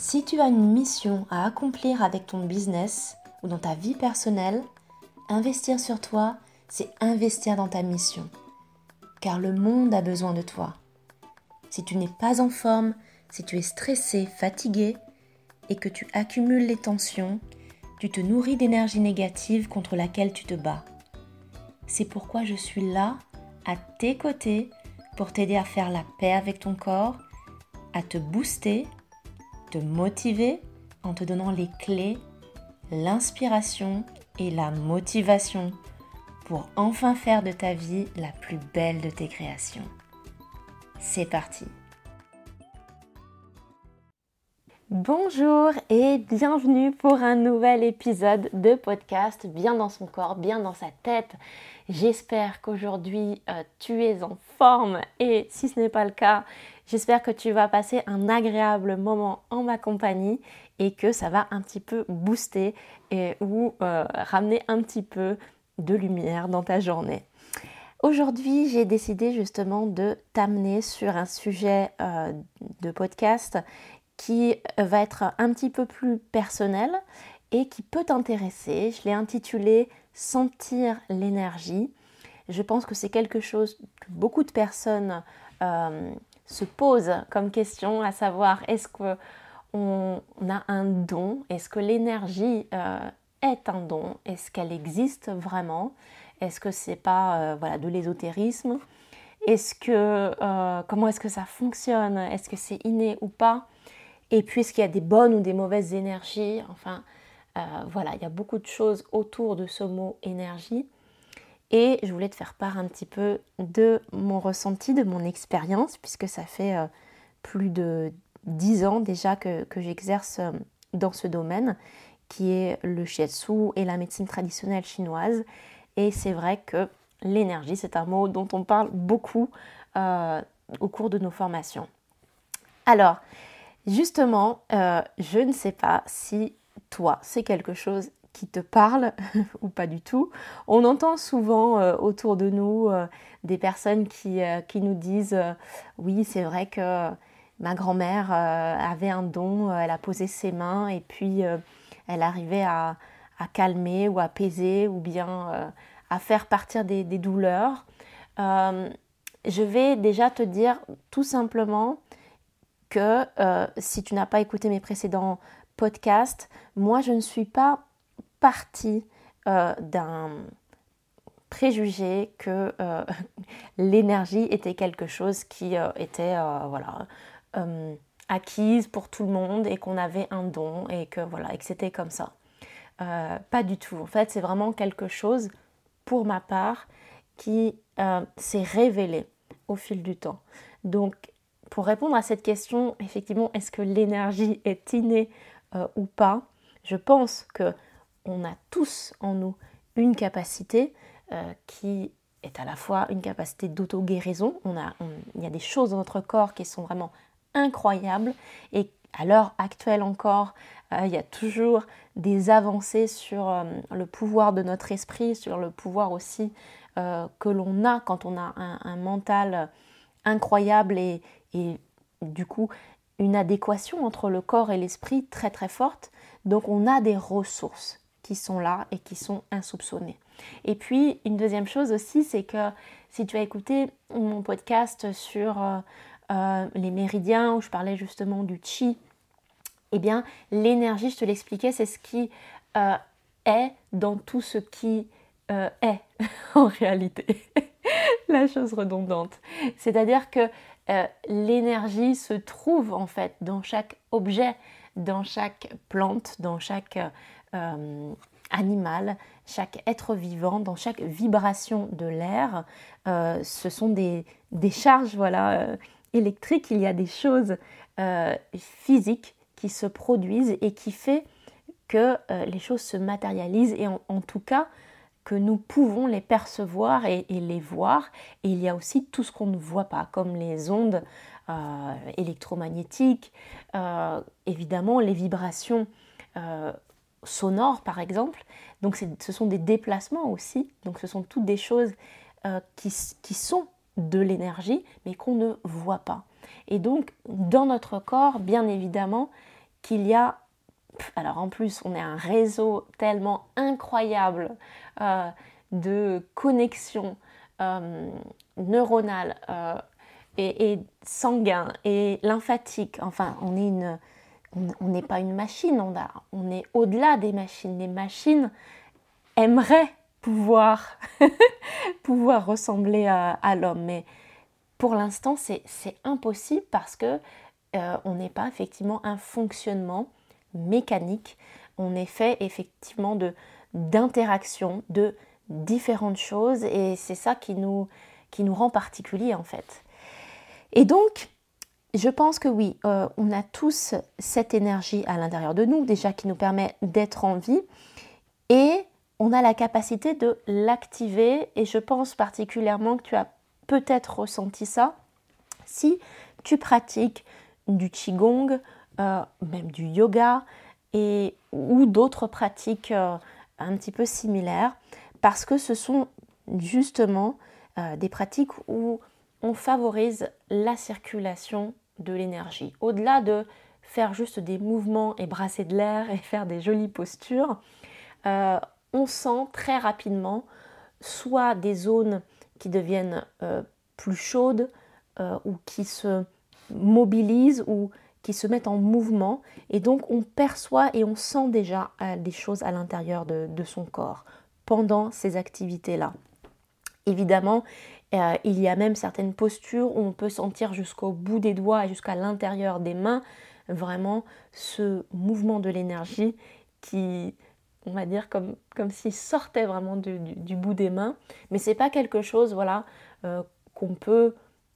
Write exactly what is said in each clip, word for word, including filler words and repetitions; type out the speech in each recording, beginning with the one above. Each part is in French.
Si tu as une mission à accomplir avec ton business ou dans ta vie personnelle, investir sur toi, c'est investir dans ta mission. Car le monde a besoin de toi. Si tu n'es pas en forme, si tu es stressé, fatigué et que tu accumules les tensions, tu te nourris d'énergie négative contre laquelle tu te bats. C'est pourquoi je suis là, à tes côtés, pour t'aider à faire la paix avec ton corps, à te booster, te motiver en te donnant les clés, l'inspiration et la motivation pour enfin faire de ta vie la plus belle de tes créations. C'est parti! Bonjour et bienvenue pour un nouvel épisode de podcast Bien dans son corps, bien dans sa tête. J'espère qu'aujourd'hui euh, tu es en forme et si ce n'est pas le cas, j'espère que tu vas passer un agréable moment en ma compagnie et que ça va un petit peu booster et, ou euh, ramener un petit peu de lumière dans ta journée. Aujourd'hui, j'ai décidé justement de t'amener sur un sujet euh, de podcast qui va être un petit peu plus personnel et qui peut t'intéresser. Je l'ai intitulé « Sentir l'énergie ». Je pense que c'est quelque chose que beaucoup de personnes euh, se posent comme question, à savoir est-ce qu'on a un don? Est-ce que l'énergie euh, est un don? Est-ce qu'elle existe vraiment? Est-ce que c'est pas euh, voilà, de l'ésotérisme? Est-ce que, euh, comment est-ce que ça fonctionne? Est-ce que c'est inné ou pas? Et puis, est-ce qu'il y a des bonnes ou des mauvaises énergies? Enfin, euh, voilà, il y a beaucoup de choses autour de ce mot énergie. Et je voulais te faire part un petit peu de mon ressenti, de mon expérience, puisque ça fait euh, plus de dix ans déjà que, que j'exerce euh, dans ce domaine, qui est le shiatsu et la médecine traditionnelle chinoise. Et c'est vrai que l'énergie, c'est un mot dont on parle beaucoup euh, au cours de nos formations. Alors, justement, euh, je ne sais pas si toi, c'est quelque chose qui te parle ou pas du tout. On entend souvent euh, autour de nous euh, des personnes qui, euh, qui nous disent euh, « Oui, c'est vrai que ma grand-mère euh, avait un don, euh, elle a posé ses mains et puis euh, elle arrivait à, à calmer ou à apaiser ou bien euh, à faire partir des, des douleurs. Euh, » Je vais déjà te dire tout simplement que euh, si tu n'as pas écouté mes précédents podcasts, moi je ne suis pas partie euh, d'un préjugé que euh, l'énergie était quelque chose qui euh, était euh, voilà, euh, acquise pour tout le monde et qu'on avait un don et que, voilà, et que c'était comme ça. Euh, pas du tout. En fait, c'est vraiment quelque chose, pour ma part, qui euh, s'est révélé au fil du temps. Donc, pour répondre à cette question, effectivement, est-ce que l'énergie est innée euh, ou pas? Je pense qu'on a tous en nous une capacité euh, qui est à la fois une capacité d'auto-guérison. On a, on, il y a des choses dans notre corps qui sont vraiment incroyables et à l'heure actuelle encore, euh, il y a toujours des avancées sur euh, le pouvoir de notre esprit, sur le pouvoir aussi euh, que l'on a quand on a un, un mental incroyable et, et du coup une adéquation entre le corps et l'esprit très très forte. Donc on a des ressources qui sont là et qui sont insoupçonnées. Et puis une deuxième chose aussi, c'est que si tu as écouté mon podcast sur euh, euh, les méridiens où je parlais justement du chi, eh bien l'énergie, je te l'expliquais, c'est ce qui euh, est dans tout ce qui euh, est en réalité. La chose redondante. C'est-à-dire que euh, l'énergie se trouve en fait dans chaque objet, dans chaque plante, dans chaque euh, animal, chaque être vivant, dans chaque vibration de l'air. Euh, ce sont des, des charges voilà, euh, électriques, il y a des choses euh, physiques qui se produisent et qui fait que euh, les choses se matérialisent et en, en tout cas que nous pouvons les percevoir et, et les voir. Et il y a aussi tout ce qu'on ne voit pas, comme les ondes euh, électromagnétiques, euh, évidemment les vibrations euh, sonores par exemple. Donc c'est, ce sont des déplacements aussi, donc ce sont toutes des choses euh, qui, qui sont de l'énergie, mais qu'on ne voit pas. Et donc dans notre corps, bien évidemment, qu'il y a, alors en plus on est un réseau tellement incroyable euh, de connexions euh, neuronales euh, et, et sanguins et lymphatiques, enfin on est une, on n'est pas une machine, on, a, on est au-delà des machines. Les machines aimeraient pouvoir, pouvoir ressembler à, à l'homme, mais pour l'instant c'est, c'est impossible parce que euh, on n'est pas effectivement un fonctionnement mécanique, on est fait effectivement de, d'interaction, de différentes choses et c'est ça qui nous, qui nous rend particuliers en fait. Et donc, je pense que oui, euh, on a tous cette énergie à l'intérieur de nous, déjà qui nous permet d'être en vie, et on a la capacité de l'activer, et je pense particulièrement que tu as peut-être ressenti ça si tu pratiques du qigong, euh, même du yoga, et, ou d'autres pratiques euh, un petit peu similaires, parce que ce sont justement euh, des pratiques où on favorise la circulation de l'énergie. Au-delà de faire juste des mouvements et brasser de l'air et faire des jolies postures, euh, on sent très rapidement soit des zones qui deviennent euh, plus chaudes euh, ou qui se mobilisent ou qui se mettent en mouvement et donc on perçoit et on sent déjà euh, des choses à l'intérieur de, de son corps pendant ces activités-là. Évidemment, euh, il y a même certaines postures où on peut sentir jusqu'au bout des doigts et jusqu'à l'intérieur des mains vraiment ce mouvement de l'énergie qui, on va dire, comme, comme s'il sortait vraiment du, du, du bout des mains. Mais ce n'est pas quelque chose voilà, euh, qu'on peut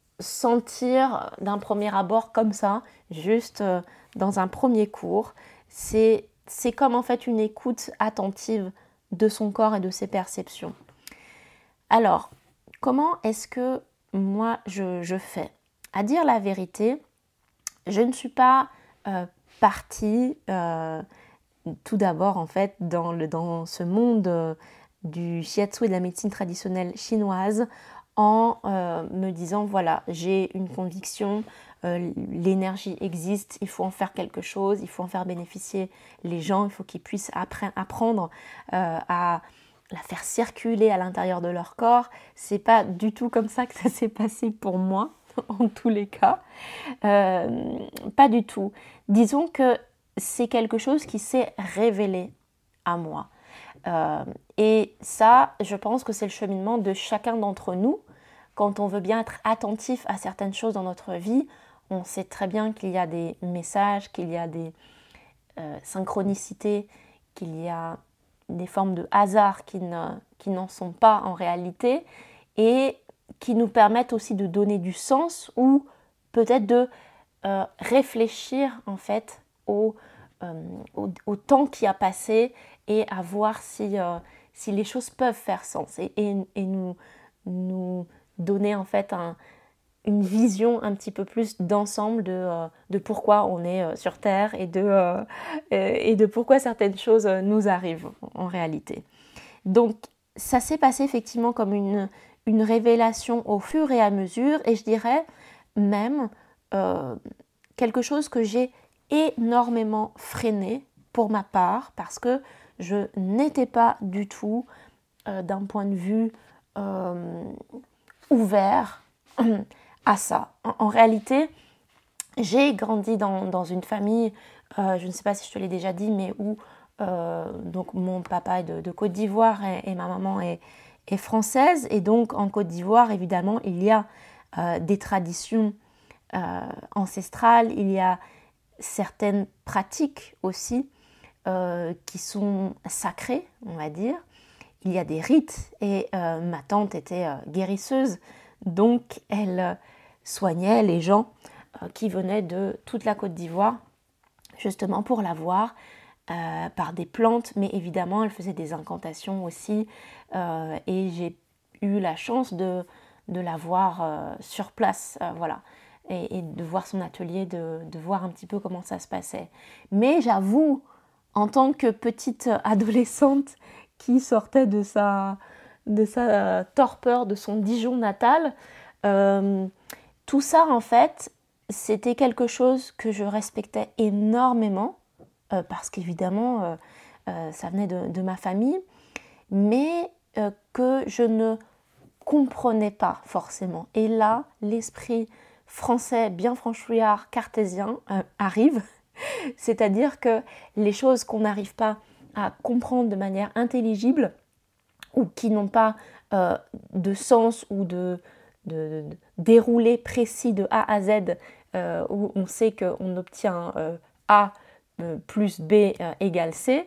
sentir d'un premier abord comme ça, juste euh, dans un premier cours. C'est, c'est comme en fait une écoute attentive de son corps et de ses perceptions. Alors, comment est-ce que moi je, je fais ? À dire la vérité, je ne suis pas euh, partie euh, tout d'abord en fait dans, le, dans ce monde euh, du shiatsu et de la médecine traditionnelle chinoise en euh, me disant voilà, j'ai une conviction, euh, l'énergie existe, il faut en faire quelque chose, il faut en faire bénéficier les gens, il faut qu'ils puissent appre- apprendre euh, à la faire circuler à l'intérieur de leur corps. C'est pas du tout comme ça que ça s'est passé pour moi, en tous les cas. Euh, pas du tout. Disons que c'est quelque chose qui s'est révélé à moi. Euh, et ça, je pense que c'est le cheminement de chacun d'entre nous. Quand on veut bien être attentif à certaines choses dans notre vie, on sait très bien qu'il y a des messages, qu'il y a des euh, synchronicités, qu'il y a des formes de hasard qui, ne, qui n'en sont pas en réalité et qui nous permettent aussi de donner du sens ou peut-être de euh, réfléchir en fait au, euh, au, au temps qui a passé et à voir si, euh, si les choses peuvent faire sens et, et, et nous, nous donner en fait un, une vision un petit peu plus d'ensemble de, euh, de pourquoi on est euh, sur Terre et de, euh, et de pourquoi certaines choses nous arrivent en réalité. Donc ça s'est passé effectivement comme une, une révélation au fur et à mesure et je dirais même euh, quelque chose que j'ai énormément freiné pour ma part parce que je n'étais pas du tout euh, d'un point de vue euh, ouvert à ça. En, en réalité, j'ai grandi dans, dans une famille, euh, je ne sais pas si je te l'ai déjà dit, mais où euh, donc mon papa est de, de Côte d'Ivoire et, et ma maman est, est française. Et donc en Côte d'Ivoire, évidemment, il y a euh, des traditions euh, ancestrales, il y a certaines pratiques aussi euh, qui sont sacrées, on va dire. Il y a des rites et euh, ma tante était euh, guérisseuse, donc elle euh, soignait les gens euh, qui venaient de toute la Côte d'Ivoire, justement pour la voir euh, par des plantes, mais évidemment elle faisait des incantations aussi euh, et j'ai eu la chance de, de la voir euh, sur place, euh, voilà. Et, et de voir son atelier, de, de voir un petit peu comment ça se passait. Mais j'avoue, en tant que petite adolescente qui sortait de sa, de sa torpeur, de son Dijon natal, euh, tout ça en fait, c'était quelque chose que je respectais énormément, euh, parce qu'évidemment, euh, euh, ça venait de, de ma famille, mais euh, que je ne comprenais pas forcément. Et là, l'esprit français bien franchouillard cartésien euh, arrive, c'est-à-dire que les choses qu'on n'arrive pas à comprendre de manière intelligible ou qui n'ont pas euh, de sens ou de, de, de déroulé précis de A à Z, euh, où on sait qu'on obtient euh, A euh, plus B euh, égale C.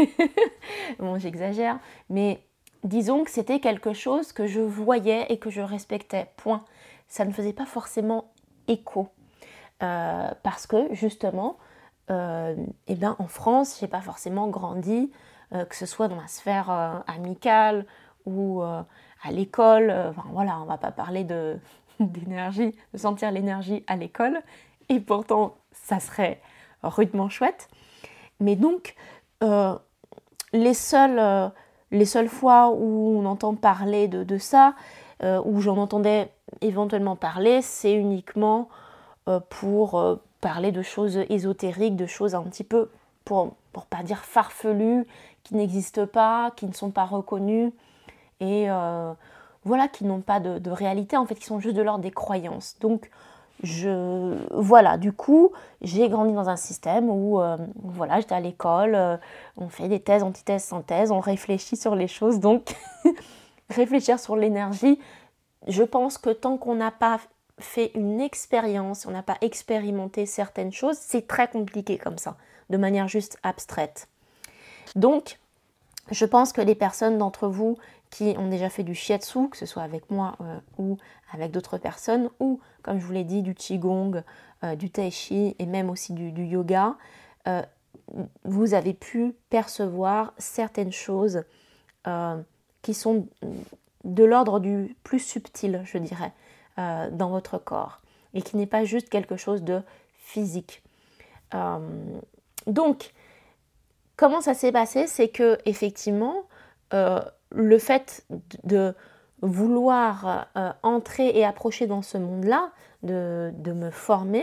Bon, j'exagère, mais disons que c'était quelque chose que je voyais et que je respectais, point. Ça ne faisait pas forcément écho, euh, parce que justement, euh, eh ben, en France, je n'ai pas forcément grandi, euh, que ce soit dans la sphère euh, amicale ou euh, à l'école. Euh, enfin, voilà, on ne va pas parler de, d'énergie, de sentir l'énergie à l'école, et pourtant, ça serait rudement chouette. Mais donc, euh, les seules, euh, les seules fois où on entend parler de, de ça, euh, où j'en entendais éventuellement parler, c'est uniquement euh, pour euh, parler de choses ésotériques, de choses un petit peu, pour pour pas dire farfelues, qui n'existent pas, qui ne sont pas reconnues, et euh, voilà, qui n'ont pas de, de réalité, en fait, qui sont juste de l'ordre des croyances. Donc, je, voilà, du coup, j'ai grandi dans un système où, euh, voilà, j'étais à l'école, euh, on fait des thèses, antithèses, synthèses, on réfléchit sur les choses, donc réfléchir sur l'énergie, je pense que tant qu'on n'a pas fait une expérience, on n'a pas expérimenté certaines choses, c'est très compliqué comme ça, de manière juste abstraite. Donc, je pense que les personnes d'entre vous qui ont déjà fait du shiatsu, que ce soit avec moi euh, ou avec d'autres personnes, ou, comme je vous l'ai dit, du qigong, euh, du tai chi et même aussi du, du yoga, euh, vous avez pu percevoir certaines choses euh, qui sont de l'ordre du plus subtil, je dirais, euh, dans votre corps, et qui n'est pas juste quelque chose de physique. Euh, donc, comment ça s'est passé? C'est que effectivement, euh, le fait de vouloir euh, entrer et approcher dans ce monde-là, de, de me former,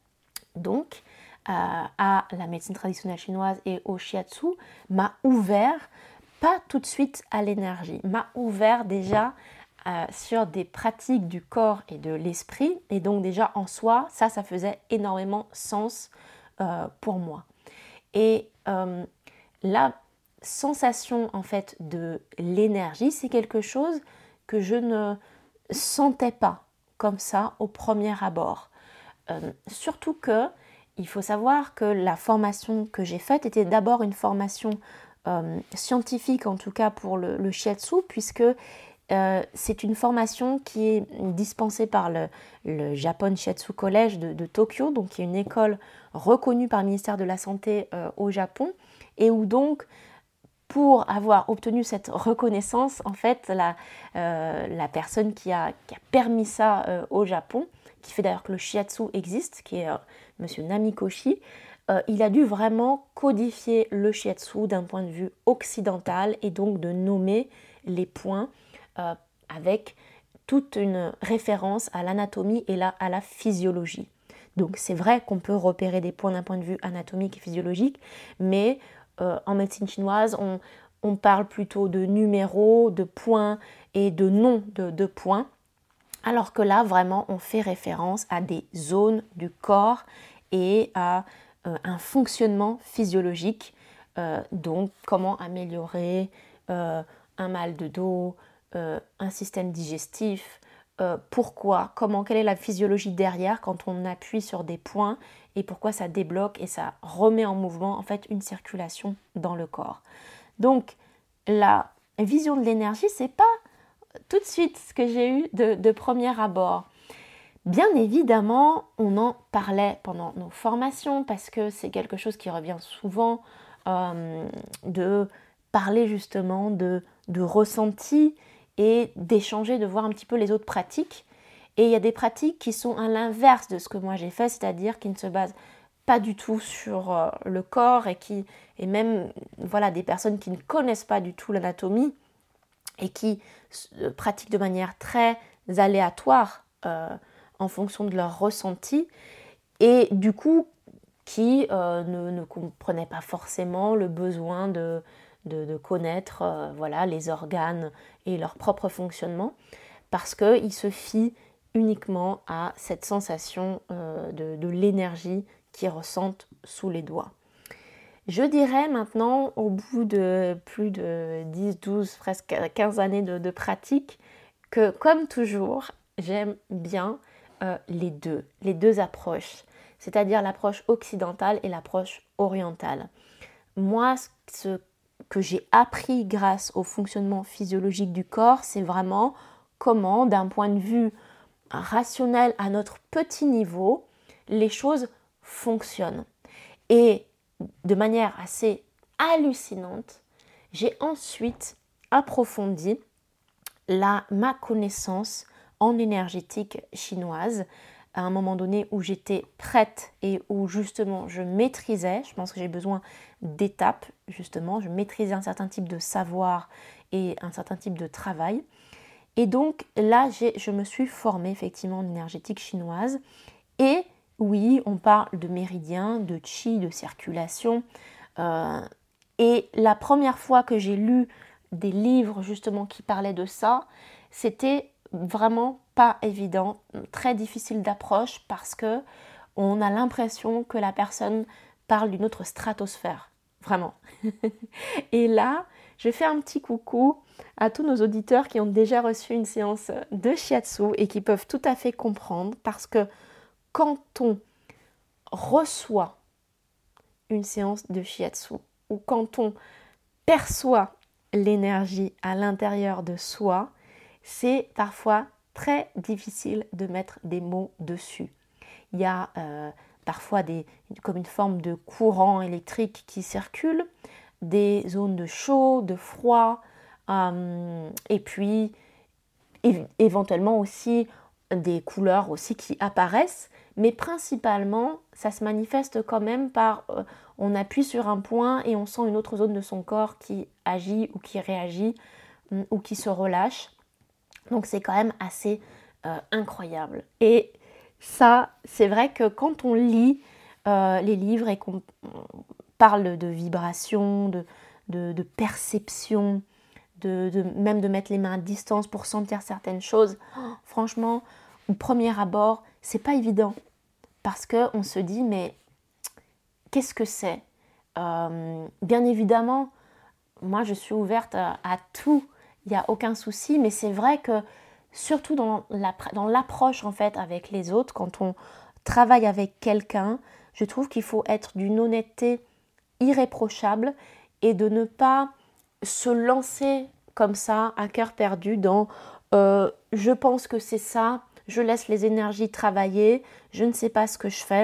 donc, euh, à la médecine traditionnelle chinoise et au shiatsu, m'a ouvert, pas tout de suite à l'énergie, m'a ouvert déjà euh, sur des pratiques du corps et de l'esprit, et donc déjà en soi, ça, ça faisait énormément sens euh, pour moi. Et euh, la sensation en fait de l'énergie, c'est quelque chose que je ne sentais pas comme ça au premier abord. Euh, surtout que il faut savoir que la formation que j'ai faite était d'abord une formation euh, scientifique, en tout cas pour le, le shiatsu, puisque euh, c'est une formation qui est dispensée par le, le Japan Shiatsu College de, de Tokyo, donc qui est une école reconnue par le ministère de la Santé euh, au Japon, et où donc, pour avoir obtenu cette reconnaissance, en fait, la, euh, la personne qui a, qui a permis ça euh, au Japon, qui fait d'ailleurs que le shiatsu existe, qui est euh, monsieur Namikoshi, euh, il a dû vraiment codifier le shiatsu d'un point de vue occidental et donc de nommer les points euh, avec toute une référence à l'anatomie et la, à la physiologie. Donc c'est vrai qu'on peut repérer des points d'un point de vue anatomique et physiologique, mais euh, en médecine chinoise, on, on parle plutôt de numéros, de points et de noms de, de points, alors que là, vraiment, on fait référence à des zones du corps et à euh, un fonctionnement physiologique, euh, donc comment améliorer euh, un mal de dos, euh, un système digestif, euh, pourquoi, comment, quelle est la physiologie derrière quand on appuie sur des points et pourquoi ça débloque et ça remet en mouvement en fait une circulation dans le corps. Donc la vision de l'énergie, c'est pas tout de suite ce que j'ai eu de, de premier abord. Bien évidemment, on en parlait pendant nos formations parce que c'est quelque chose qui revient souvent, euh, de parler justement de, de ressenti et d'échanger, de voir un petit peu les autres pratiques. Et il y a des pratiques qui sont à l'inverse de ce que moi j'ai fait, c'est-à-dire qui ne se basent pas du tout sur euh, le corps et qui et même voilà des personnes qui ne connaissent pas du tout l'anatomie et qui euh, pratiquent de manière très aléatoire euh, en fonction de leur ressenti. et du coup qui euh, ne, ne comprenaient pas forcément le besoin de, de, de connaître euh, voilà, les organes et leur propre fonctionnement, parce qu'ils se fient uniquement à cette sensation euh, de, de l'énergie qu'ils ressentent sous les doigts. Je dirais maintenant, au bout de plus de dix, douze, presque quinze années de, de pratique, que comme toujours, j'aime bien euh, les deux, les deux approches, c'est-à-dire l'approche occidentale et l'approche orientale. Moi, ce que j'ai appris grâce au fonctionnement physiologique du corps, c'est vraiment comment, d'un point de vue rationnel à notre petit niveau, les choses fonctionnent. Et de manière assez hallucinante, j'ai ensuite approfondi la, ma connaissance en énergétique chinoise à un moment donné où j'étais prête et où justement je maîtrisais, je pense que j'ai besoin d'étapes justement, je maîtrisais un certain type de savoir et un certain type de travail. Et donc là, j'ai, je me suis formée effectivement en énergétique chinoise. Et oui, on parle de méridien, de qi, de circulation. Euh, et la première fois que j'ai lu des livres justement qui parlaient de ça, c'était vraiment pas évident, très difficile d'approche parce que on a l'impression que la personne parle d'une autre stratosphère, vraiment. Et là, je fais un petit coucou à tous nos auditeurs qui ont déjà reçu une séance de shiatsu et qui peuvent tout à fait comprendre parce que quand on reçoit une séance de shiatsu ou quand on perçoit l'énergie à l'intérieur de soi, c'est parfois très difficile de mettre des mots dessus. Il y a euh, parfois des, comme une forme de courant électrique qui circule, des zones de chaud, de froid, euh, et puis é- éventuellement aussi des couleurs aussi qui apparaissent, mais principalement ça se manifeste quand même par euh, on appuie sur un point et on sent une autre zone de son corps qui agit ou qui réagit hum, ou qui se relâche. Donc c'est quand même assez euh, incroyable. Et ça, c'est vrai que quand on lit euh, les livres et qu'on parle de vibrations, de, de, de perception, de, de, même de mettre les mains à distance pour sentir certaines choses, oh, franchement, au premier abord, c'est pas évident. Parce qu'on se dit, mais qu'est-ce que c'est euh, Bien évidemment, moi je suis ouverte à, à tout, il n'y a aucun souci, mais c'est vrai que surtout dans, la, dans l'approche en fait avec les autres, quand on travaille avec quelqu'un, je trouve qu'il faut être d'une honnêteté irréprochable et de ne pas se lancer comme ça à cœur perdu dans euh, je pense que c'est ça, je laisse les énergies travailler, je ne sais pas ce que je fais.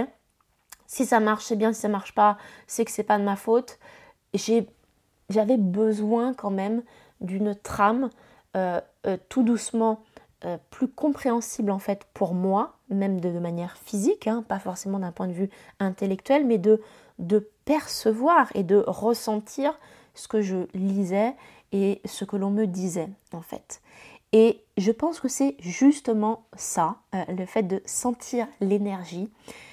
Si ça marche, c'est bien, si ça marche pas, c'est que c'est pas de ma faute. J'ai, j'avais besoin quand même d'une trame euh, euh, tout doucement euh, plus compréhensible en fait pour moi, même de, de manière physique, hein, pas forcément d'un point de vue intellectuel, mais de, de percevoir et de ressentir ce que je lisais et ce que l'on me disait en fait. Et je pense que c'est justement ça, euh, le fait de sentir l'énergie.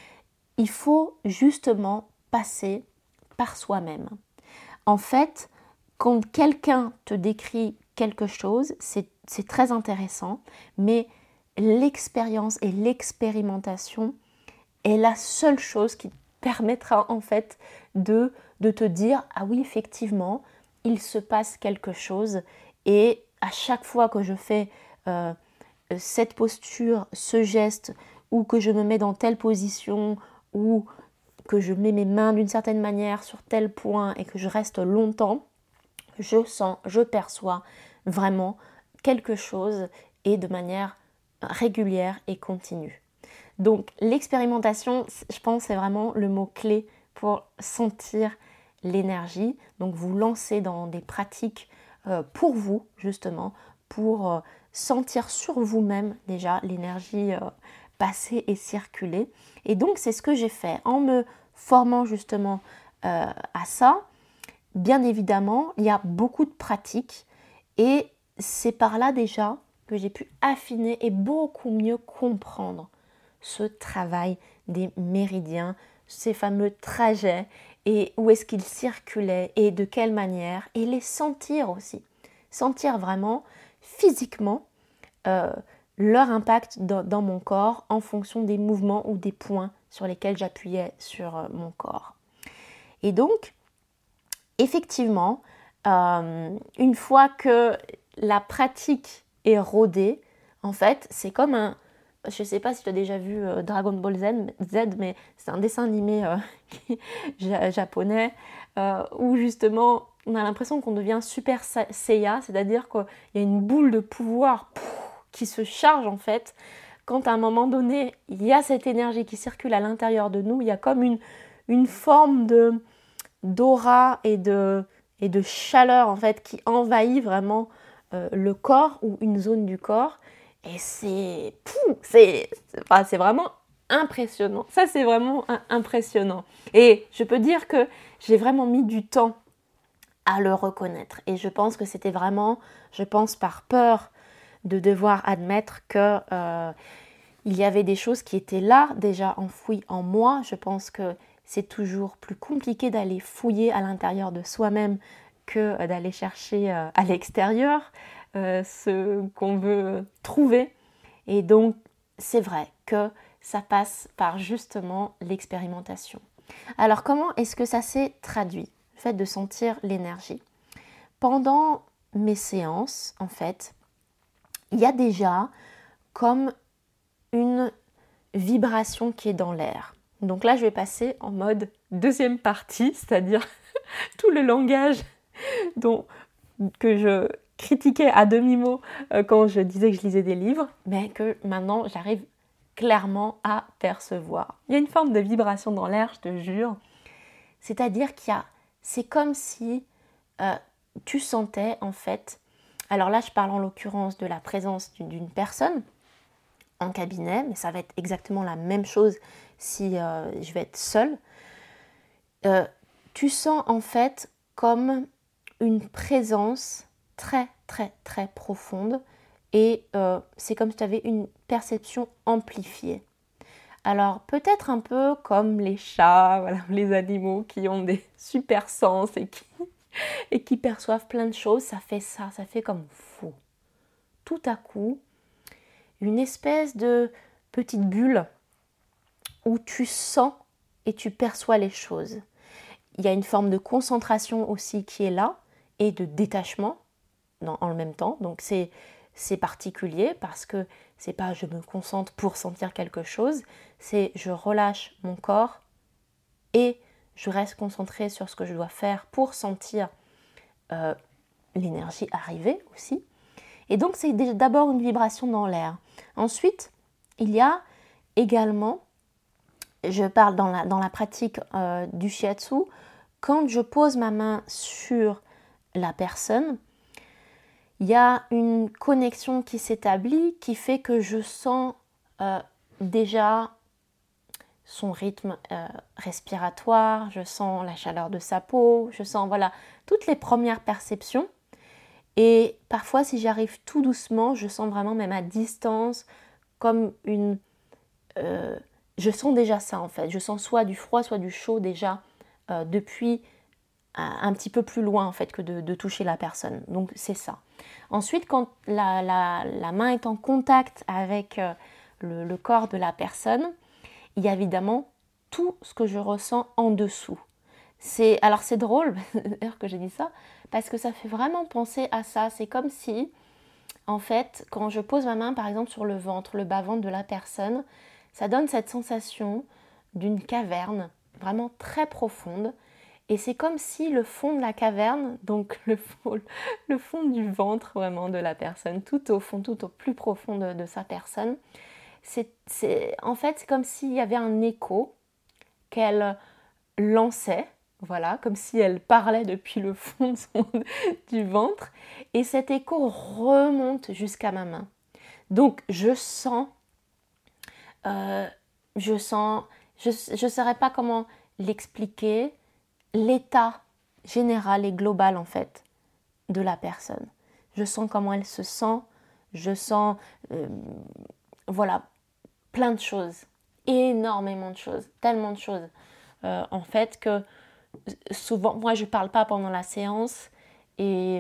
Il faut justement passer par soi-même. En fait, quand quelqu'un te décrit quelque chose, c'est, c'est très intéressant, mais l'expérience et l'expérimentation est la seule chose qui te permettra en fait de, de te dire « Ah oui, effectivement, il se passe quelque chose » et à chaque fois que je fais euh, cette posture, ce geste, ou que je me mets dans telle position, ou que je mets mes mains d'une certaine manière sur tel point et que je reste longtemps, je sens, je perçois vraiment quelque chose et de manière régulière et continue. Donc l'expérimentation, je pense, c'est vraiment le mot-clé pour sentir l'énergie. Donc vous lancez dans des pratiques euh, pour vous, justement, pour euh, sentir sur vous-même déjà l'énergie euh, passer et circuler. Et donc c'est ce que j'ai fait en me formant justement euh, à ça. Bien évidemment, il y a beaucoup de pratiques et c'est par là déjà que j'ai pu affiner et beaucoup mieux comprendre ce travail des méridiens, ces fameux trajets, et où est-ce qu'ils circulaient et de quelle manière, et les sentir aussi. Sentir vraiment physiquement euh, leur impact dans, dans mon corps en fonction des mouvements ou des points sur lesquels j'appuyais sur euh, mon corps. Et donc, effectivement, euh, une fois que la pratique est rodée, en fait, c'est comme un... Je ne sais pas si tu as déjà vu euh, Dragon Ball Z, Z, mais c'est un dessin animé euh, japonais euh, où justement on a l'impression qu'on devient Super Saiya, c'est-à-dire qu'il y a une boule de pouvoir pff, qui se charge en fait. Quand à un moment donné, il y a cette énergie qui circule à l'intérieur de nous, il y a comme une, une forme de, d'aura et de, et de chaleur en fait qui envahit vraiment euh, le corps ou une zone du corps. Et c'est, pouf, c'est, c'est, enfin, c'est vraiment impressionnant. Ça, c'est vraiment un, impressionnant. Et je peux dire que j'ai vraiment mis du temps à le reconnaître. Et je pense que c'était vraiment, je pense par peur de devoir admettre que euh, il y avait des choses qui étaient là, déjà enfouies en moi. Je pense que c'est toujours plus compliqué d'aller fouiller à l'intérieur de soi-même que d'aller chercher euh, à l'extérieur euh, ce qu'on veut trouver. Et donc, c'est vrai que ça passe par justement l'expérimentation. Alors, comment est-ce que ça s'est traduit, le fait de sentir l'énergie? Pendant mes séances, en fait, il y a déjà comme une vibration qui est dans l'air. Donc là, je vais passer en mode deuxième partie, c'est-à-dire tout le langage dont, que je critiquais à demi-mot euh, quand je disais que je lisais des livres, mais que maintenant j'arrive clairement à percevoir. Il y a une forme de vibration dans l'air, je te jure. C'est-à-dire qu'il y a, c'est comme si euh, tu sentais en fait, alors là je parle en l'occurrence de la présence d'une, d'une personne en cabinet, mais ça va être exactement la même chose si euh, je vais être seule. Euh, tu sens en fait comme une présence très très très profonde et euh, c'est comme si tu avais une perception amplifiée. Alors peut-être un peu comme les chats, voilà, les animaux qui ont des super sens et qui, et qui perçoivent plein de choses, ça fait ça, ça fait comme fou. Tout à coup, une espèce de petite bulle où tu sens et tu perçois les choses. Il y a une forme de concentration aussi qui est là et de détachement dans, en même temps. Donc c'est, c'est particulier parce que c'est pas je me concentre pour sentir quelque chose, c'est je relâche mon corps et je reste concentrée sur ce que je dois faire pour sentir euh, l'énergie arriver aussi. Et donc c'est d'abord une vibration dans l'air. Ensuite, il y a également, je parle dans la, dans la pratique euh, du shiatsu, quand je pose ma main sur la personne, il y a une connexion qui s'établit qui fait que je sens euh, déjà son rythme euh, respiratoire, je sens la chaleur de sa peau, je sens voilà toutes les premières perceptions. Et parfois, si j'arrive tout doucement, je sens vraiment même à distance comme une... Euh, je sens déjà ça en fait. Je sens soit du froid, soit du chaud déjà euh, depuis un, un petit peu plus loin en fait que de, de toucher la personne. Donc c'est ça. Ensuite, quand la, la, la main est en contact avec euh, le, le corps de la personne, il y a évidemment tout ce que je ressens en dessous. C'est, alors c'est drôle d'ailleurs que j'ai dit ça, parce que ça fait vraiment penser à ça. C'est comme si, en fait, quand je pose ma main par exemple sur le ventre, le bas-ventre de la personne, ça donne cette sensation d'une caverne vraiment très profonde. Et c'est comme si le fond de la caverne, donc le fond, le fond du ventre vraiment de la personne, tout au fond, tout au plus profond de, de sa personne, c'est, c'est, en fait c'est comme s'il y avait un écho qu'elle lançait. Voilà, comme si elle parlait depuis le fond de son, du ventre. Et cet écho remonte jusqu'à ma main. Donc, je sens, euh, je sens, je ne saurais pas comment l'expliquer, l'état général et global, en fait, de la personne. Je sens comment elle se sent, je sens, euh, voilà, plein de choses. énormément de choses, tellement de choses. Euh, en fait, que souvent, moi, je ne parle pas pendant la séance et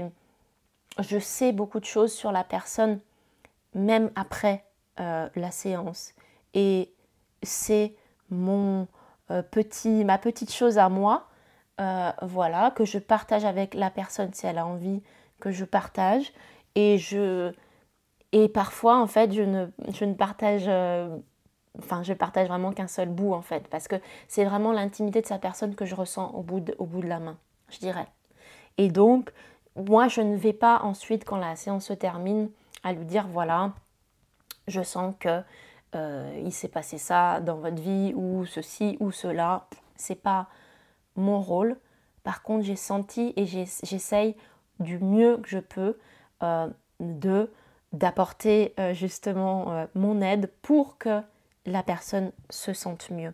je sais beaucoup de choses sur la personne, même après euh, la séance. Et c'est mon euh, petit, ma petite chose à moi, euh, voilà, que je partage avec la personne si elle a envie que je partage. Et, je, et parfois, en fait, je ne, je ne partage... Euh, Enfin, je partage vraiment qu'un seul bout en fait, parce que c'est vraiment l'intimité de sa personne que je ressens au bout de, au bout de la main, je dirais. Et donc, moi, je ne vais pas ensuite, quand la séance se termine, à lui dire voilà, je sens que euh, il s'est passé ça dans votre vie ou ceci ou cela. C'est pas mon rôle. Par contre, j'ai senti et j'ai, j'essaye du mieux que je peux euh, de d'apporter euh, justement euh, mon aide pour que la personne se sente mieux.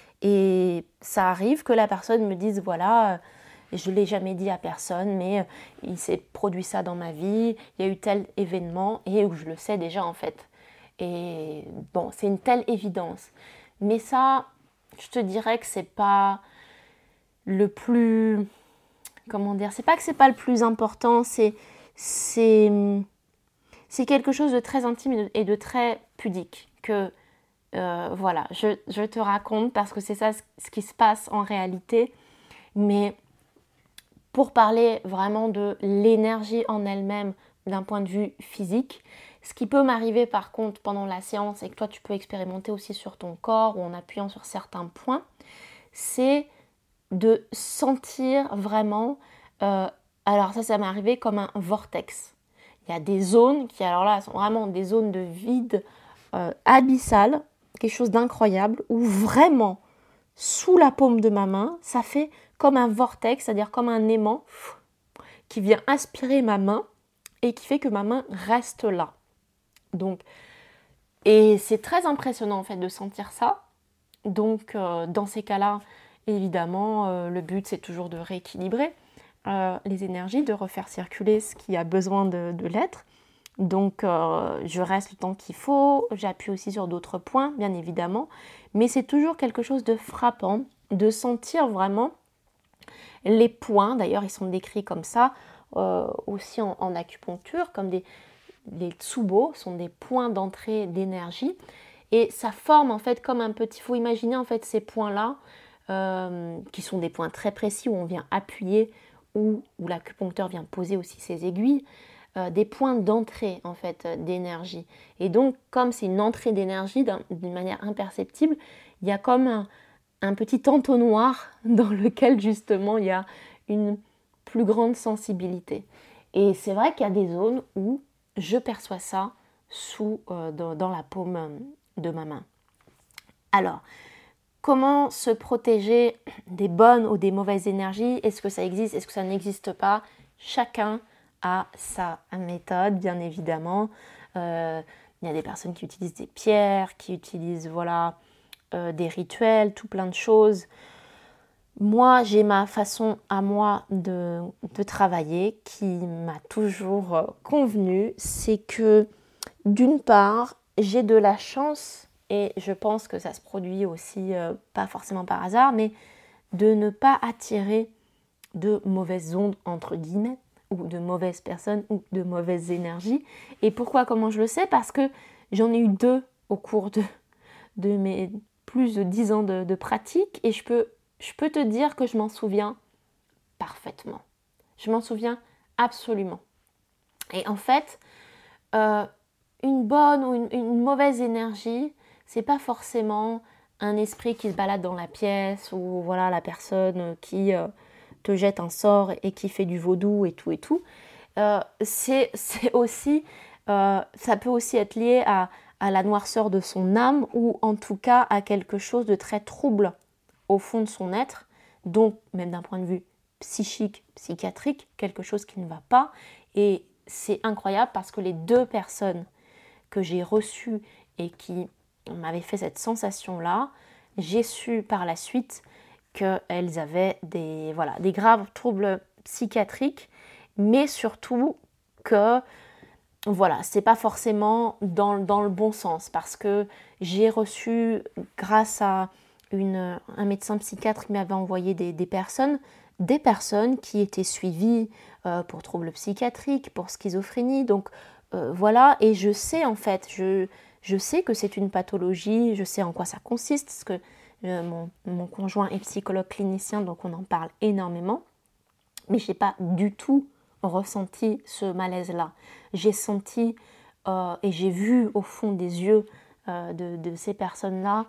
Et ça arrive que la personne me dise voilà, euh, je ne l'ai jamais dit à personne, mais euh, il s'est produit ça dans ma vie, il y a eu tel événement, et où je le sais déjà en fait. Et bon, c'est une telle évidence. Mais ça, je te dirais que c'est pas le plus... Comment dire? C'est pas que c'est pas le plus important, c'est... c'est c'est quelque chose de très intime et de très pudique que euh, voilà, je, je te raconte parce que c'est ça ce qui se passe en réalité. Mais pour parler vraiment de l'énergie en elle-même d'un point de vue physique, ce qui peut m'arriver par contre pendant la séance et que toi tu peux expérimenter aussi sur ton corps ou en appuyant sur certains points, c'est de sentir vraiment, euh, alors ça ça m'est arrivé comme un vortex. Il y a des zones qui alors là sont vraiment des zones de vide euh, abyssal, quelque chose d'incroyable, où vraiment sous la paume de ma main, ça fait comme un vortex, c'est-à-dire comme un aimant qui vient aspirer ma main et qui fait que ma main reste là. Donc, et c'est très impressionnant en fait de sentir ça. Donc euh, dans ces cas-là, évidemment, euh, le but c'est toujours de rééquilibrer euh, les énergies, de refaire circuler ce qui a besoin de, de l'être. Donc euh, je reste le temps qu'il faut, j'appuie aussi sur d'autres points, bien évidemment, mais c'est toujours quelque chose de frappant, de sentir vraiment les points, d'ailleurs ils sont décrits comme ça, euh, aussi en, en acupuncture, comme des les tsubo, sont des points d'entrée d'énergie, et ça forme en fait comme un petit, il faut imaginer en fait ces points-là, euh, qui sont des points très précis où on vient appuyer, ou où l'acupuncteur vient poser aussi ses aiguilles, Euh, des points d'entrée en fait euh, d'énergie. Et donc comme c'est une entrée d'énergie d'une manière imperceptible, il y a comme un, un petit entonnoir dans lequel justement il y a une plus grande sensibilité. Et c'est vrai qu'il y a des zones où je perçois ça sous, euh, dans, dans la paume de ma main. Alors, comment se protéger des bonnes ou des mauvaises énergies? Est-ce que ça existe? Est-ce que ça n'existe pas? Chacun a sa méthode, bien évidemment. Euh, il y a des personnes qui utilisent des pierres, qui utilisent voilà, euh, des rituels, tout plein de choses. Moi, j'ai ma façon à moi de, de travailler qui m'a toujours convenu. C'est que d'une part, j'ai de la chance, et je pense que ça se produit aussi, euh, pas forcément par hasard, mais de ne pas attirer de mauvaises ondes, entre guillemets, ou de mauvaises personnes, ou de mauvaises énergies. Et pourquoi, comment je le sais? Parce que j'en ai eu deux au cours de, de mes plus de dix ans de, de pratique, et je peux, je peux te dire que je m'en souviens parfaitement. Je m'en souviens absolument. Et en fait, euh, une bonne ou une, une mauvaise énergie, c'est pas forcément un esprit qui se balade dans la pièce, ou voilà la personne qui euh, te jette un sort et qui fait du vaudou et tout et tout. Euh, c'est, c'est aussi, euh, ça peut aussi être lié à, à la noirceur de son âme, ou en tout cas à quelque chose de très trouble au fond de son être, donc même d'un point de vue psychique, psychiatrique, quelque chose qui ne va pas. Et c'est incroyable parce que les deux personnes que j'ai reçues et qui m'avaient fait cette sensation-là, j'ai su par la suite qu'elles avaient des, voilà, des graves troubles psychiatriques, mais surtout que voilà, c'est pas forcément dans, dans le bon sens parce que j'ai reçu, grâce à une, un médecin psychiatre qui m'avait envoyé des, des personnes, des personnes qui étaient suivies euh, pour troubles psychiatriques, pour schizophrénie, donc euh, voilà, et je sais en fait, je, je sais que c'est une pathologie, je sais en quoi ça consiste, parce que euh, mon, mon conjoint est psychologue clinicien, donc on en parle énormément, mais je n'ai pas du tout ressenti ce malaise-là. J'ai senti euh, et j'ai vu au fond des yeux euh, de, de ces personnes-là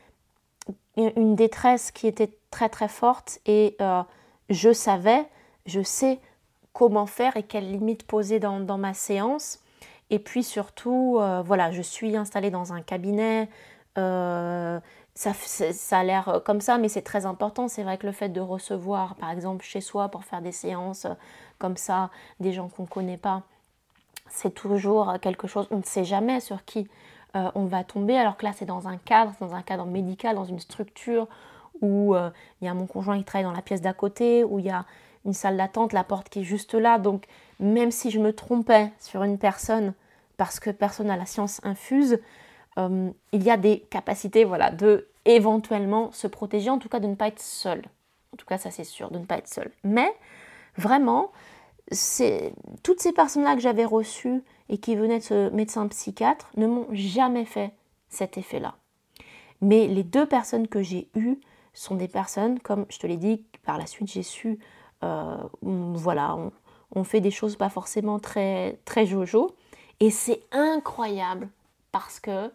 une détresse qui était très très forte et euh, je savais, je sais comment faire et quelles limites poser dans, dans ma séance. Et puis surtout, euh, voilà, je suis installée dans un cabinet, euh, ça, ça a l'air comme ça, mais c'est très important. C'est vrai que le fait de recevoir, par exemple, chez soi pour faire des séances comme ça, des gens qu'on ne connaît pas, c'est toujours quelque chose, on ne sait jamais sur qui euh, on va tomber, alors que là c'est dans un cadre, dans un cadre médical, dans une structure où euh, il y a mon conjoint qui travaille dans la pièce d'à côté, où il y a une salle d'attente, la porte qui est juste là, donc même si je me trompais sur une personne, parce que personne n'a la science infuse, euh, il y a des capacités, voilà, de éventuellement se protéger, en tout cas de ne pas être seul. En tout cas ça c'est sûr, de ne pas être seul. Mais vraiment, c'est, toutes ces personnes-là que j'avais reçues et qui venaient de ce médecin psychiatre ne m'ont jamais fait cet effet-là. Mais les deux personnes que j'ai eues sont des personnes, comme je te l'ai dit, par la suite j'ai su, euh, voilà, on, on fait des choses pas forcément très, très jojo. Et c'est incroyable parce que,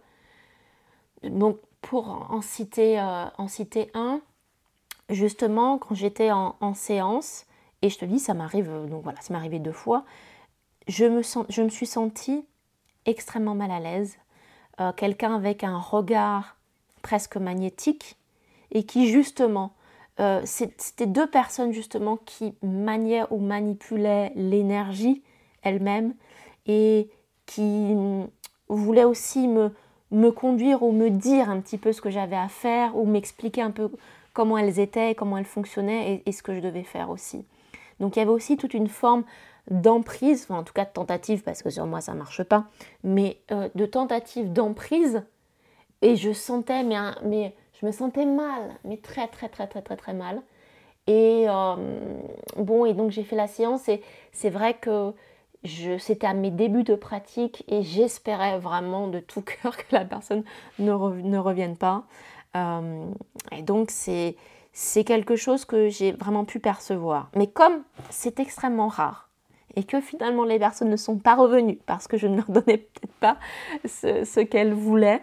donc pour en citer, euh, en citer un, justement quand j'étais en, en séance, et je te dis, ça m'arrive, donc voilà, ça m'est arrivé deux fois, je me, sens, je me suis sentie extrêmement mal à l'aise, euh, quelqu'un avec un regard presque magnétique, et qui justement, euh, c'était deux personnes justement qui maniaient ou manipulaient l'énergie elle-même, et qui voulaient aussi me, me conduire ou me dire un petit peu ce que j'avais à faire, ou m'expliquer un peu comment elles étaient, comment elles fonctionnaient, et, et ce que je devais faire aussi. Donc il y avait aussi toute une forme d'emprise, enfin en tout cas de tentative, parce que sur moi ça ne marche pas, mais euh, de tentative d'emprise, et je sentais, mais, mais je me sentais mal, mais très très très très très très mal. Et euh, bon, et donc j'ai fait la séance, et c'est vrai que je, c'était à mes débuts de pratique, et j'espérais vraiment de tout cœur que la personne ne, re, ne revienne pas. Euh, et donc c'est... c'est quelque chose que j'ai vraiment pu percevoir. Mais comme c'est extrêmement rare et que finalement les personnes ne sont pas revenues parce que je ne leur donnais peut-être pas ce, ce qu'elles voulaient,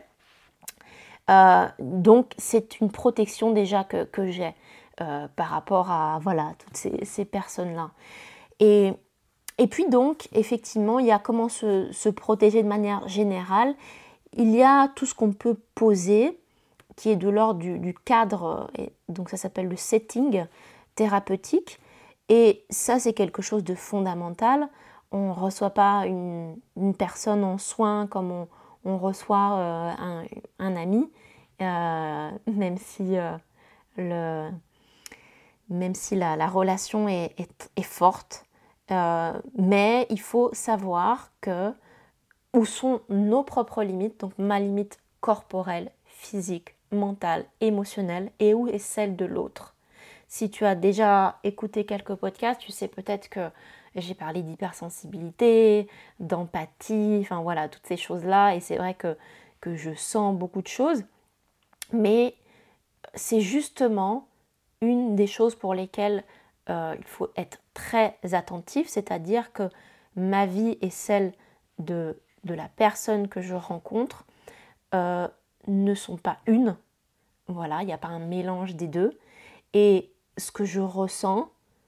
euh, donc c'est une protection déjà que, que j'ai euh, par rapport à voilà, toutes ces, ces personnes-là. Et, et puis donc, effectivement, il y a comment se, se protéger de manière générale. Il y a tout ce qu'on peut poser, qui est de l'ordre du, du cadre, et donc ça s'appelle le setting thérapeutique, et ça c'est quelque chose de fondamental. On ne reçoit pas une, une personne en soins comme on, on reçoit euh, un, un ami, euh, même si, euh, le, même si la, la relation est, est, est forte, euh, mais il faut savoir que où sont nos propres limites, donc ma limite corporelle, physique, mentale, émotionnelle, et où est celle de l'autre. Si tu as déjà écouté quelques podcasts, tu sais peut-être que j'ai parlé d'hypersensibilité, d'empathie, enfin voilà, toutes ces choses-là, et c'est vrai que, que je sens beaucoup de choses, mais c'est justement une des choses pour lesquelles euh, il faut être très attentif, c'est-à-dire que ma vie et celle de, de la personne que je rencontre euh, ne sont pas une. Voilà, il n'y a pas un mélange des deux. Et ce que je ressens,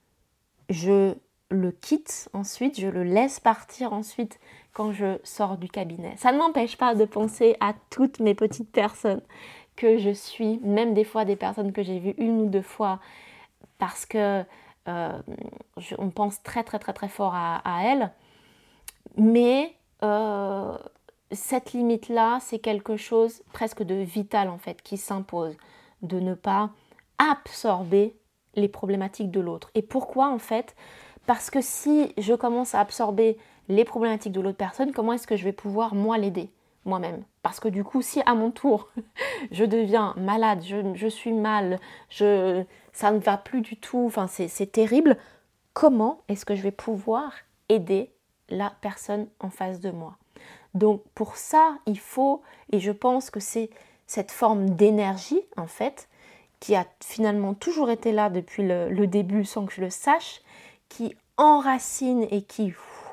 je le quitte ensuite, je le laisse partir ensuite quand je sors du cabinet. Ça ne m'empêche pas de penser à toutes mes petites personnes que je suis, même des fois des personnes que j'ai vues une ou deux fois, parce que euh, je, on pense très très très très fort à, à elles. Mais euh, cette limite-là, c'est quelque chose presque de vital en fait, qui s'impose, de ne pas absorber les problématiques de l'autre. Et pourquoi en fait ? Parce que si je commence à absorber les problématiques de l'autre personne, comment est-ce que je vais pouvoir moi l'aider moi-même. Parce que du coup, si à mon tour, je deviens malade, je, je suis mal, je, ça ne va plus du tout, enfin c'est, c'est terrible, comment est-ce que je vais pouvoir aider la personne en face de moi? Donc pour ça, il faut, et je pense que c'est cette forme d'énergie en fait, qui a finalement toujours été là depuis le, le début sans que je le sache, qui enracine et qui,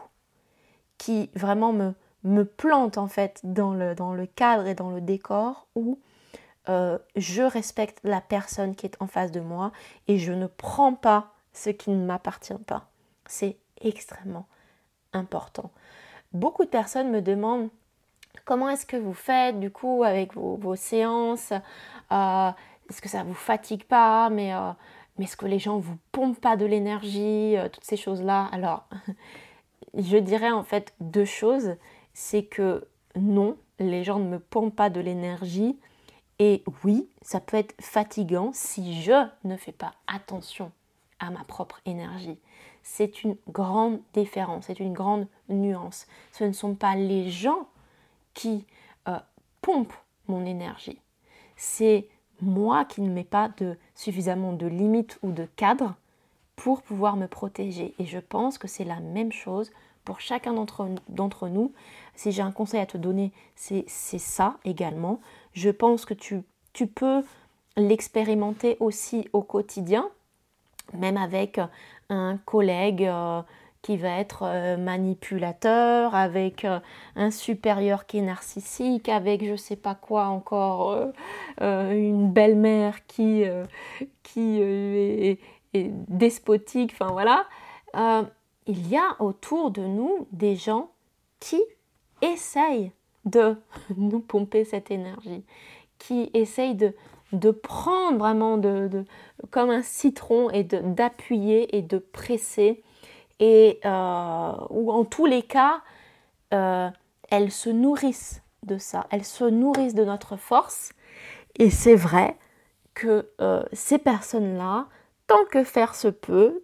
qui vraiment me, me plante en fait dans le, dans le cadre et dans le décor où euh, je respecte la personne qui est en face de moi et je ne prends pas ce qui ne m'appartient pas. C'est extrêmement important. Beaucoup de personnes me demandent comment est-ce que vous faites du coup avec vos, vos séances, euh, est-ce que ça ne vous fatigue pas, mais, euh, mais est-ce que les gens ne vous pompent pas de l'énergie, euh, toutes ces choses-là. Alors, je dirais en fait deux choses, c'est que non, les gens ne me pompent pas de l'énergie, et oui, ça peut être fatigant si je ne fais pas attention à ma propre énergie. C'est une grande différence, c'est une grande nuance. Ce ne sont pas les gens qui euh, pompent mon énergie. C'est moi qui ne mets pas de, suffisamment de limites ou de cadres pour pouvoir me protéger. Et je pense que c'est la même chose pour chacun d'entre, d'entre nous. Si j'ai un conseil à te donner, c'est, c'est ça également. Je pense que tu, tu peux l'expérimenter aussi au quotidien, même avec un collègue euh, qui va être euh, manipulateur, avec euh, un supérieur qui est narcissique, avec je sais pas quoi encore, euh, euh, une belle-mère qui, euh, qui euh, est, est despotique, enfin voilà. Euh, il y a autour de nous des gens qui essayent de nous pomper cette énergie, qui essayent de, de prendre vraiment de, de, comme un citron et de, d'appuyer et de presser, et euh, ou en tous les cas, euh, elles se nourrissent de ça, elles se nourrissent de notre force, et c'est vrai que euh, ces personnes-là, tant que faire se peut,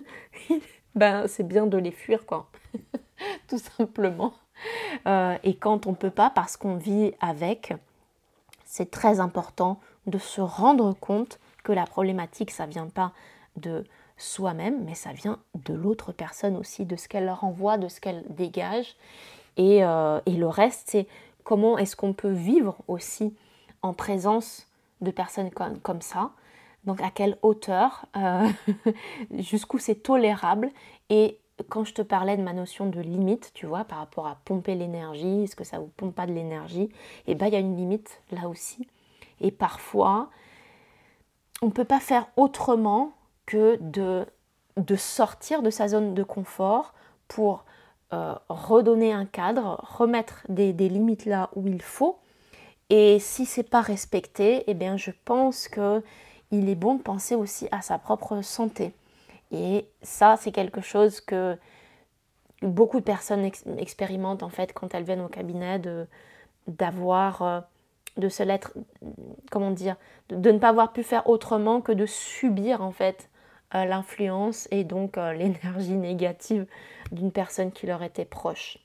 ben c'est bien de les fuir quoi, tout simplement. Euh, et quand on ne peut pas parce qu'on vit avec, c'est très important de se rendre compte que la problématique, ça ne vient pas de soi-même, mais ça vient de l'autre personne aussi, de ce qu'elle leur envoie, de ce qu'elle dégage. Et, euh, et le reste, c'est comment est-ce qu'on peut vivre aussi en présence de personnes comme, comme ça. Donc à quelle hauteur, euh, jusqu'où c'est tolérable. Et quand je te parlais de ma notion de limite, tu vois, par rapport à pomper l'énergie, est-ce que ça ne vous pompe pas de l'énergie? Et bien il y a une limite là aussi. Et parfois, on ne peut pas faire autrement que de, de sortir de sa zone de confort pour euh, redonner un cadre, remettre des, des limites là où il faut. Et si ce n'est pas respecté, eh bien je pense qu'il est bon de penser aussi à sa propre santé. Et ça, c'est quelque chose que beaucoup de personnes ex- expérimentent en fait quand elles viennent au cabinet, de, d'avoir, euh, de se l'être, comment dire, de, de ne pas avoir pu faire autrement que de subir en fait euh, l'influence et donc euh, l'énergie négative d'une personne qui leur était proche.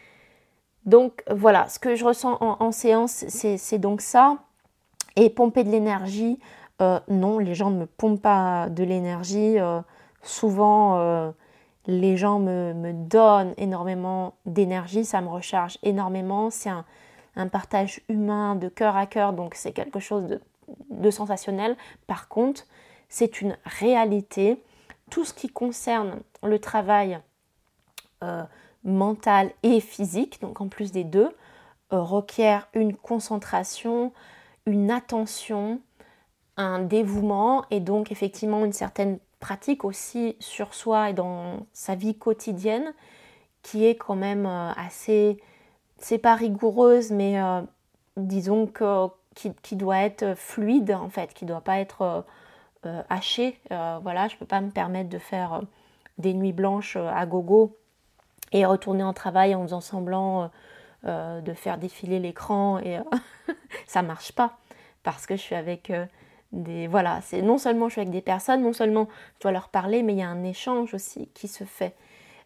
Donc voilà, ce que je ressens en, en séance, c'est, c'est donc ça. Et pomper de l'énergie, euh, non, les gens ne me pompent pas de l'énergie. Euh, souvent, euh, les gens me, me donnent énormément d'énergie, ça me recharge énormément. C'est un, un partage humain de cœur à cœur, donc c'est quelque chose de, de sensationnel. Par contre, c'est une réalité. Tout ce qui concerne le travail euh, mental et physique, donc en plus des deux, euh, requiert une concentration, une attention, un dévouement et donc effectivement une certaine pratique aussi sur soi et dans sa vie quotidienne qui est quand même euh, assez, c'est pas rigoureuse, mais euh, disons que qui, qui doit être fluide en fait, qui doit pas être euh, euh, hachée. Euh, voilà, je peux pas me permettre de faire euh, des nuits blanches euh, à gogo et retourner en travail en faisant semblant euh, euh, de faire défiler l'écran et euh, ça marche pas parce que je suis avec euh, des voilà, c'est non seulement je suis avec des personnes, non seulement je dois leur parler, mais il y a un échange aussi qui se fait.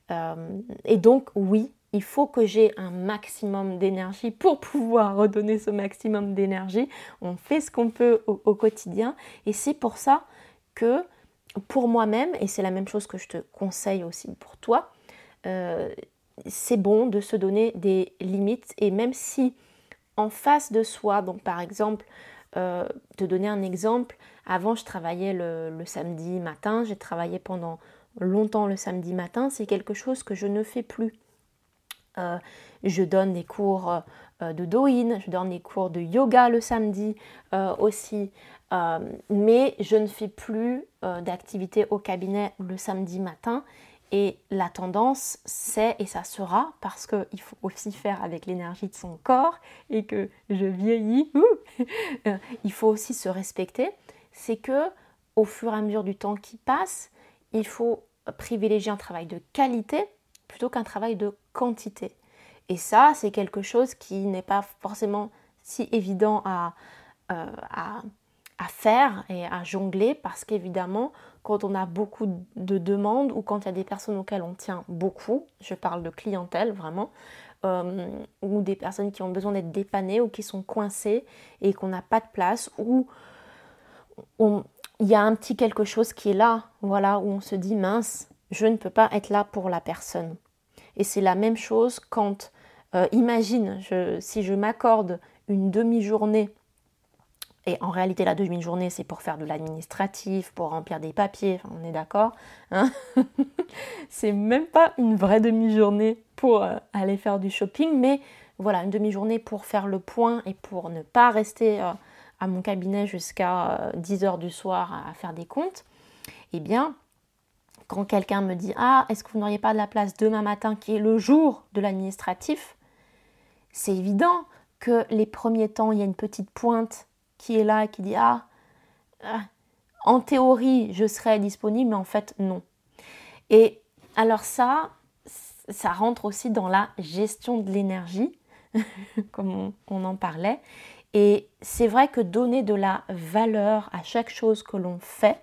Euh, et donc oui, il faut que j'ai un maximum d'énergie pour pouvoir redonner ce maximum d'énergie. On fait ce qu'on peut au, au quotidien et c'est pour ça que pour moi-même, et c'est la même chose que je te conseille aussi pour toi, euh, c'est bon de se donner des limites et même si en face de soi, donc par exemple, euh, te donner un exemple, avant je travaillais le, le samedi matin, j'ai travaillé pendant longtemps le samedi matin, c'est quelque chose que je ne fais plus. Euh, je donne des cours euh, de Douyin, je donne des cours de yoga le samedi euh, aussi, euh, mais je ne fais plus euh, d'activité au cabinet le samedi matin. Et la tendance, c'est, et ça sera, parce qu'il faut aussi faire avec l'énergie de son corps et que je vieillis, il faut aussi se respecter, c'est que au fur et à mesure du temps qui passe, il faut privilégier un travail de qualité plutôt qu'un travail de quantité. Et ça, c'est quelque chose qui n'est pas forcément si évident à, euh, à, à faire et à jongler parce qu'évidemment, quand on a beaucoup de demandes ou quand il y a des personnes auxquelles on tient beaucoup, je parle de clientèle vraiment, euh, ou des personnes qui ont besoin d'être dépannées ou qui sont coincées et qu'on n'a pas de place, ou il y a un petit quelque chose qui est là, voilà, où on se dit mince, je ne peux pas être là pour la personne. Et c'est la même chose quand, euh, imagine, je, si je m'accorde une demi-journée, et en réalité la demi-journée c'est pour faire de l'administratif, pour remplir des papiers, enfin, on est d'accord, hein. C'est même pas une vraie demi-journée pour euh, aller faire du shopping, mais voilà, une demi-journée pour faire le point et pour ne pas rester euh, à mon cabinet jusqu'à euh, dix heures du soir à, à faire des comptes. Eh bien, quand quelqu'un me dit « Ah, est-ce que vous n'auriez pas de la place demain matin qui est le jour de l'administratif ?» C'est évident que les premiers temps, il y a une petite pointe qui est là et qui dit « Ah, en théorie, je serai disponible, mais en fait, non. » Et alors ça, ça rentre aussi dans la gestion de l'énergie, comme on, on en parlait. Et c'est vrai que donner de la valeur à chaque chose que l'on fait,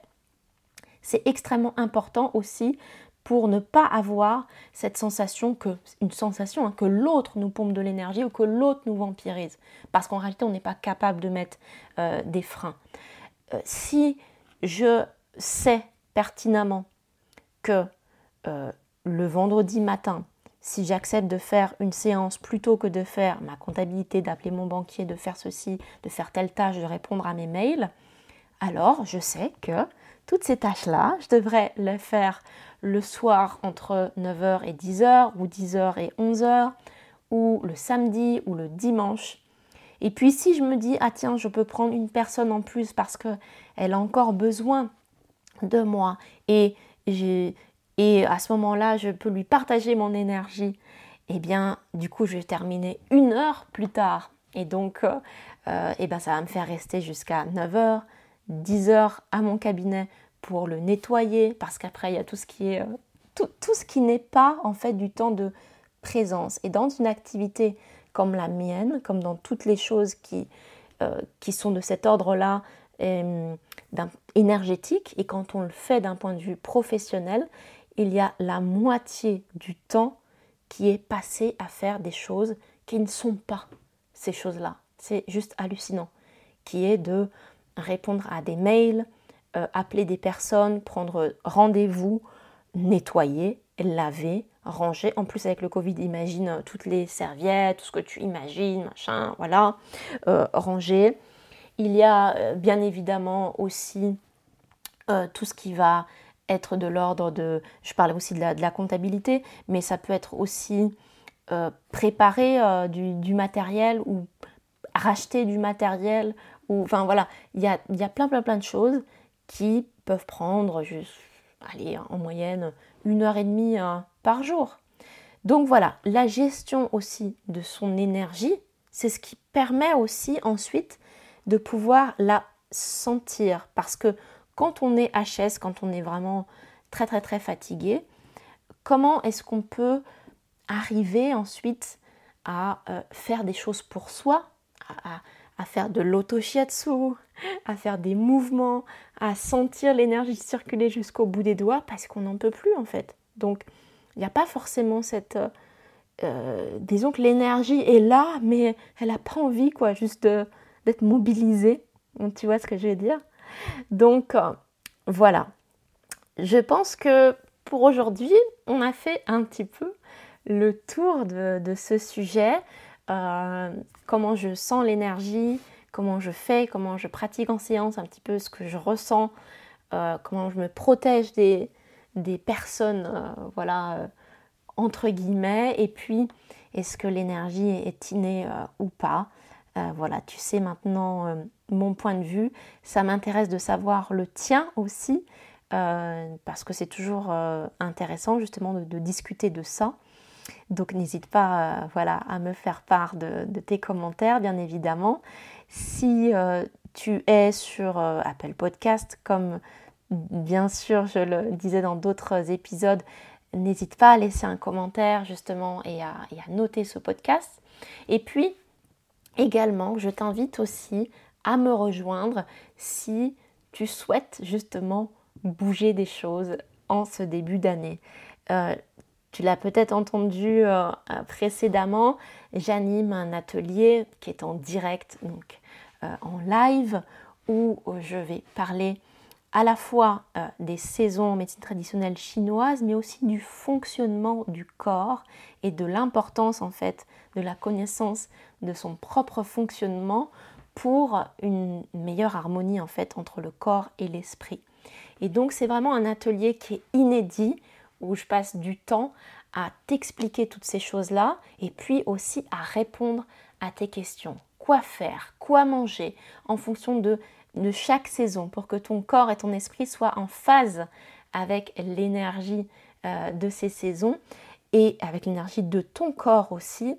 c'est extrêmement important aussi pour ne pas avoir cette sensation que, une sensation hein, que l'autre nous pompe de l'énergie ou que l'autre nous vampirise. Parce qu'en réalité, on n'est pas capable de mettre euh, des freins. Euh, si je sais pertinemment que euh, le vendredi matin, si j'accepte de faire une séance plutôt que de faire ma comptabilité, d'appeler mon banquier, de faire ceci, de faire telle tâche, de répondre à mes mails, alors je sais que toutes ces tâches-là, je devrais les faire le soir entre neuf heures et dix heures, ou dix heures et onze heures, ou le samedi ou le dimanche. Et puis si je me dis, ah tiens, je peux prendre une personne en plus parce qu'elle a encore besoin de moi, et, j'ai, et à ce moment-là, je peux lui partager mon énergie, eh bien, du coup, je vais terminer une heure plus tard. Et donc, euh, eh ben, ça va me faire rester jusqu'à neuf heures, dix heures à mon cabinet pour le nettoyer, parce qu'après, il y a tout ce qui est, euh, tout, tout ce qui n'est pas, en fait, du temps de présence. Et dans une activité comme la mienne, comme dans toutes les choses qui, euh, qui sont de cet ordre-là, euh, énergétique, et quand on le fait d'un point de vue professionnel, il y a la moitié du temps qui est passé à faire des choses qui ne sont pas ces choses-là. C'est juste hallucinant. Qui est de répondre à des mails, euh, appeler des personnes, prendre rendez-vous, nettoyer, laver, ranger. En plus, avec le Covid, imagine toutes les serviettes, tout ce que tu imagines, machin, voilà, euh, ranger. Il y a euh, bien évidemment aussi euh, tout ce qui va être de l'ordre de... Je parlais aussi de la, de la comptabilité, mais ça peut être aussi euh, préparer euh, du, du matériel ou racheter du matériel. Ou, enfin voilà, il y a, il y a plein plein plein de choses qui peuvent prendre juste, allez, en moyenne une heure et demie euh, par jour. Donc voilà, la gestion aussi de son énergie, c'est ce qui permet aussi ensuite de pouvoir la sentir. Parce que quand on est H S, quand on est vraiment très très très fatigué, comment est-ce qu'on peut arriver ensuite à euh, faire des choses pour soi, à, à, à faire de l'auto-shiatsu, à faire des mouvements, à sentir l'énergie circuler jusqu'au bout des doigts parce qu'on n'en peut plus en fait. Donc il n'y a pas forcément cette... Euh, disons que l'énergie est là, mais elle n'a pas envie, quoi, juste de, d'être mobilisée. Tu vois ce que je veux dire? Donc, euh, voilà. Je pense que pour aujourd'hui, on a fait un petit peu le tour de, de ce sujet. Euh, comment je sens l'énergie, comment je fais, comment je pratique en séance, un petit peu ce que je ressens, euh, comment je me protège des, des personnes, euh, voilà, euh, entre guillemets, et puis est-ce que l'énergie est innée euh, ou pas. Euh, voilà, tu sais maintenant euh, mon point de vue. Ça m'intéresse de savoir le tien aussi, euh, parce que c'est toujours euh, intéressant justement de, de discuter de ça. Donc n'hésite pas euh, voilà, à me faire part de, de tes commentaires, bien évidemment. Si euh, tu es sur euh, Apple Podcast, comme bien sûr je le disais dans d'autres épisodes, n'hésite pas à laisser un commentaire justement et à, et à noter ce podcast. Et puis également, je t'invite aussi à me rejoindre si tu souhaites justement bouger des choses en ce début d'année. Euh, tu l'as peut-être entendu euh, précédemment, j'anime un atelier qui est en direct, donc euh, en live, où je vais parler à la fois euh, des saisons en médecine traditionnelle chinoise, mais aussi du fonctionnement du corps et de l'importance en fait de la connaissance de son propre fonctionnement pour une meilleure harmonie en fait entre le corps et l'esprit. Et donc c'est vraiment un atelier qui est inédit, où je passe du temps à t'expliquer toutes ces choses-là et puis aussi à répondre à tes questions. Quoi faire, quoi manger en fonction de, de chaque saison pour que ton corps et ton esprit soient en phase avec l'énergie euh, de ces saisons et avec l'énergie de ton corps aussi.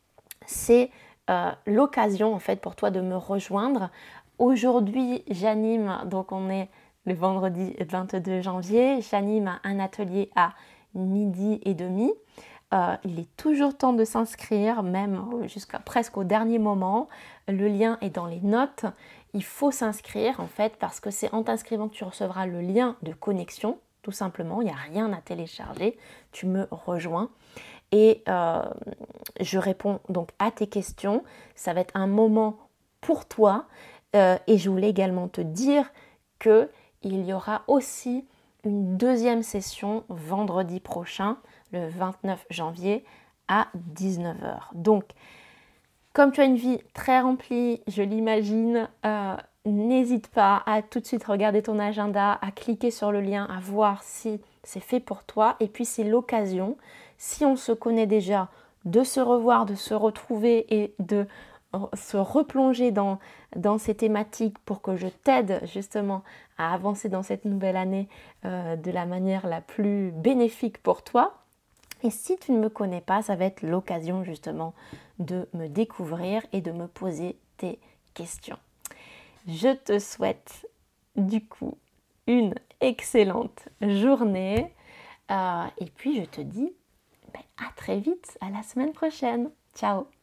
C'est euh, l'occasion en fait pour toi de me rejoindre. Aujourd'hui, j'anime, donc on est le vendredi vingt-deux janvier, j'anime un atelier à midi et demi. Euh, il est toujours temps de s'inscrire, même jusqu'à presque au dernier moment. Le lien est dans les notes. Il faut s'inscrire en fait parce que c'est en t'inscrivant que tu recevras le lien de connexion, tout simplement. Il n'y a rien à télécharger. Tu me rejoins. Et euh, je réponds donc à tes questions. Ça va être un moment pour toi. Euh, et je voulais également te dire qu'il y aura aussi une deuxième session vendredi prochain, le vingt-neuf janvier à dix-neuf heures. Donc, comme tu as une vie très remplie, je l'imagine, euh, n'hésite pas à tout de suite regarder ton agenda, à cliquer sur le lien, à voir si c'est fait pour toi. Et puis, c'est l'occasion, si on se connaît déjà, de se revoir, de se retrouver et de se replonger dans, dans ces thématiques pour que je t'aide justement à avancer dans cette nouvelle année euh, de la manière la plus bénéfique pour toi. Et si tu ne me connais pas, ça va être l'occasion justement de me découvrir et de me poser tes questions. Je te souhaite du coup une excellente journée euh, et puis je te dis ben, à très vite, à la semaine prochaine. Ciao!